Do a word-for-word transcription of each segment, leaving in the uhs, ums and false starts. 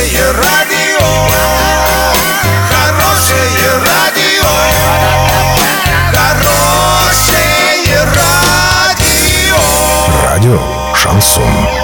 Хорошее радио, хорошее радио, хорошее радио. Радио Шансон.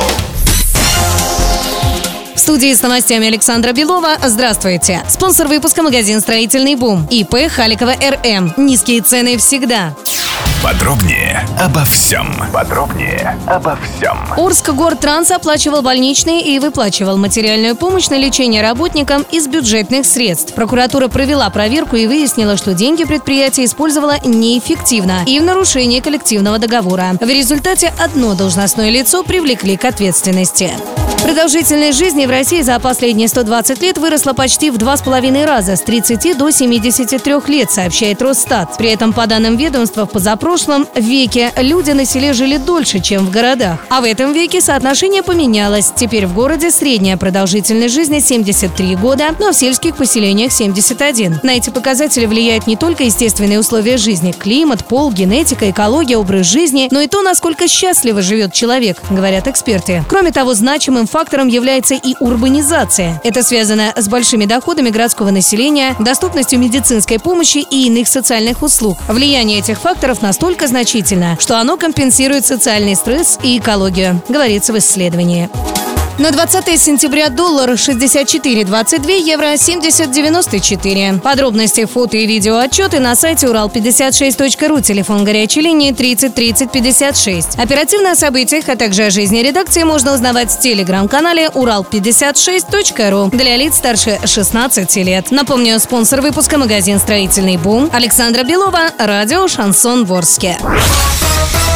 В студии с новостями Александра Белова. Здравствуйте. Спонсор выпуска — магазин «Строительный бум». ИП Халикова РМ. Низкие цены всегда. Подробнее обо всем. Подробнее обо всем. Орскгортранс оплачивал больничные и выплачивал материальную помощь на лечение работникам из бюджетных средств. Прокуратура провела проверку и выяснила, что деньги предприятие использовало неэффективно и в нарушении коллективного договора. В результате одно должностное лицо привлекли к ответственности. Продолжительность жизни в России за последние сто двадцать лет выросла почти в два с половиной раза, с тридцати до семидесяти трёх лет, сообщает Росстат. При этом, по данным ведомства, в позапрошлом веке люди на селе жили дольше, чем в городах. А в этом веке соотношение поменялось. Теперь в городе средняя продолжительность жизни семьдесят три года, но в сельских поселениях семьдесят один. На эти показатели влияют не только естественные условия жизни, климат, пол, генетика, экология, образ жизни, но и то, насколько счастливо живет человек, говорят эксперты. Кроме того, значимым фактором является и урбанизация. Это связано с большими доходами городского населения, доступностью медицинской помощи и иных социальных услуг. Влияние этих факторов настолько значительно, что оно компенсирует социальный стресс и экологию, говорится в исследовании. На двадцатое сентября доллар шестьдесят четыре двадцать два, евро семьдесят девяносто четыре. Подробности, фото и видео отчеты на сайте урал пятьдесят шесть точка ру, телефон горячей линии тридцать тридцать пятьдесят шесть. Оперативно о событиях, а также о жизни редакции можно узнавать в телеграм-канале урал пятьдесят шесть точка ру для лиц старше шестнадцати лет. Напомню, спонсор выпуска — магазин «Строительный бум». Александра Белова, радио «Шансон Ворске».